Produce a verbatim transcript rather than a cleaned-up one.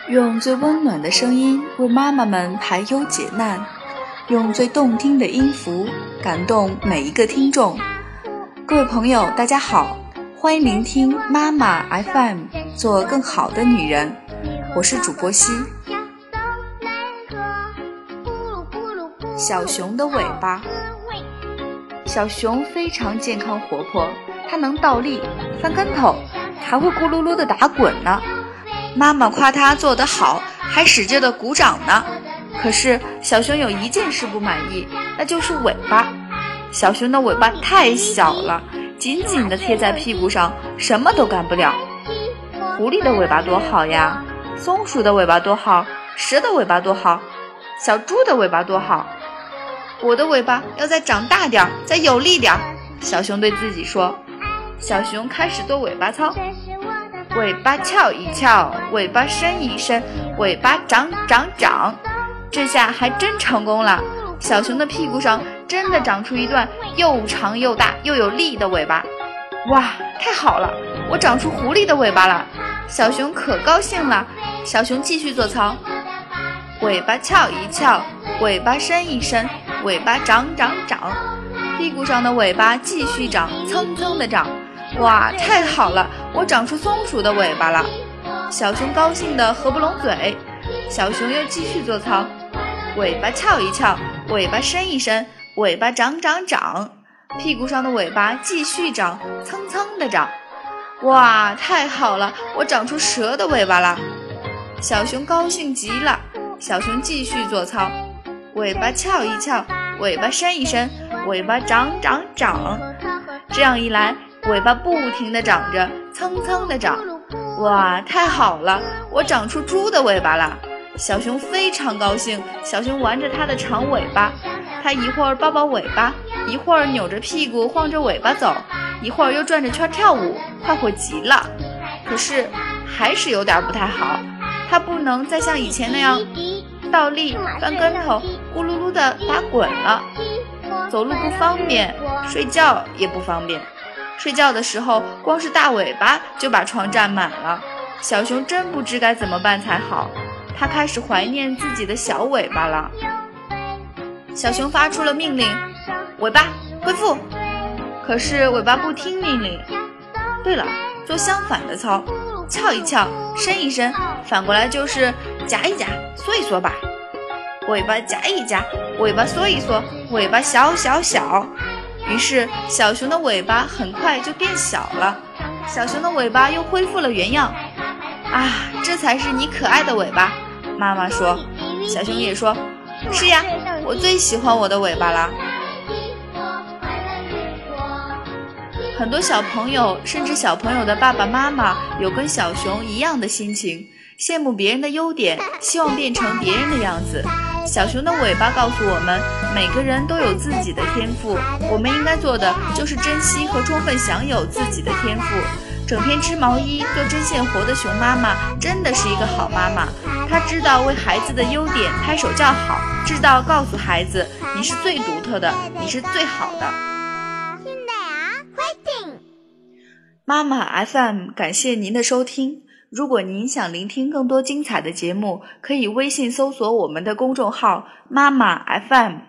用最温暖的声音为妈妈们排忧解难，用最动听的音符感动每一个听众。各位朋友大家好，欢迎聆听妈妈 F M， 做更好的女人，我是主播西。小熊的尾巴。小熊非常健康活泼，它能倒立翻跟头，还会咕噜噜地打滚呢。妈妈夸它做得好，还使劲地鼓掌呢。可是小熊有一件事不满意，那就是尾巴。小熊的尾巴太小了，紧紧地贴在屁股上，什么都干不了。狐狸的尾巴多好呀，松鼠的尾巴多好，蛇的尾巴多好，小猪的尾巴多好。我的尾巴要再长大点，再有力点，小熊对自己说。小熊开始做尾巴操，尾巴翘一翘，尾巴伸一伸，尾巴长长长。这下还真成功了，小熊的屁股上真的长出一段又长又大又有力的尾巴。哇，太好了，我长出狐狸的尾巴了。小熊可高兴了。小熊继续做操，尾巴翘一翘，尾巴伸一伸，尾巴长长长。屁股上的尾巴继续长，蹭蹭的长。哇，太好了，我长出松鼠的尾巴了。小熊高兴得合不拢嘴。小熊又继续做操，尾巴翘一翘，尾巴伸一伸，尾巴长长长。屁股上的尾巴继续长，蹭蹭的长。哇，太好了，我长出蛇的尾巴了。小熊高兴极了。小熊继续做操，尾巴翘一翘，尾巴伸一伸，尾巴长长长。这样一来，尾巴不停地长着，蹭蹭地长。哇，太好了，我长出猪的尾巴了。小熊非常高兴。小熊玩着它的长尾巴，它一会儿抱抱尾巴，一会儿扭着屁股晃着尾巴走，一会儿又转着圈跳舞，快活极了。可是还是有点不太好，它不能再像以前那样倒立翻跟头，咕噜噜地打滚了。走路不方便，睡觉也不方便。睡觉的时候，光是大尾巴就把床占满了。小熊真不知该怎么办才好，他开始怀念自己的小尾巴了。小熊发出了命令，尾巴恢复。可是尾巴不听命令。对了，做相反的操，翘一翘，伸一伸，反过来就是夹一夹，缩一缩吧。尾巴夹一夹，尾巴缩一缩，尾巴小小小。于是小熊的尾巴很快就变小了，小熊的尾巴又恢复了原样。啊，这才是你可爱的尾巴，妈妈说。小熊也说，是呀，我最喜欢我的尾巴了。很多小朋友，甚至小朋友的爸爸妈妈有跟小熊一样的心情，羡慕别人的优点，希望变成别人的样子。小熊的尾巴告诉我们，每个人都有自己的天赋，我们应该做的就是珍惜和充分享有自己的天赋。整天织毛衣做针线活的熊妈妈真的是一个好妈妈，她知道为孩子的优点拍手叫好，知道告诉孩子你是最独特的，你是最好的。妈妈 F M 感谢您的收听。如果您想聆听更多精彩的节目，可以微信搜索我们的公众号妈妈 F M。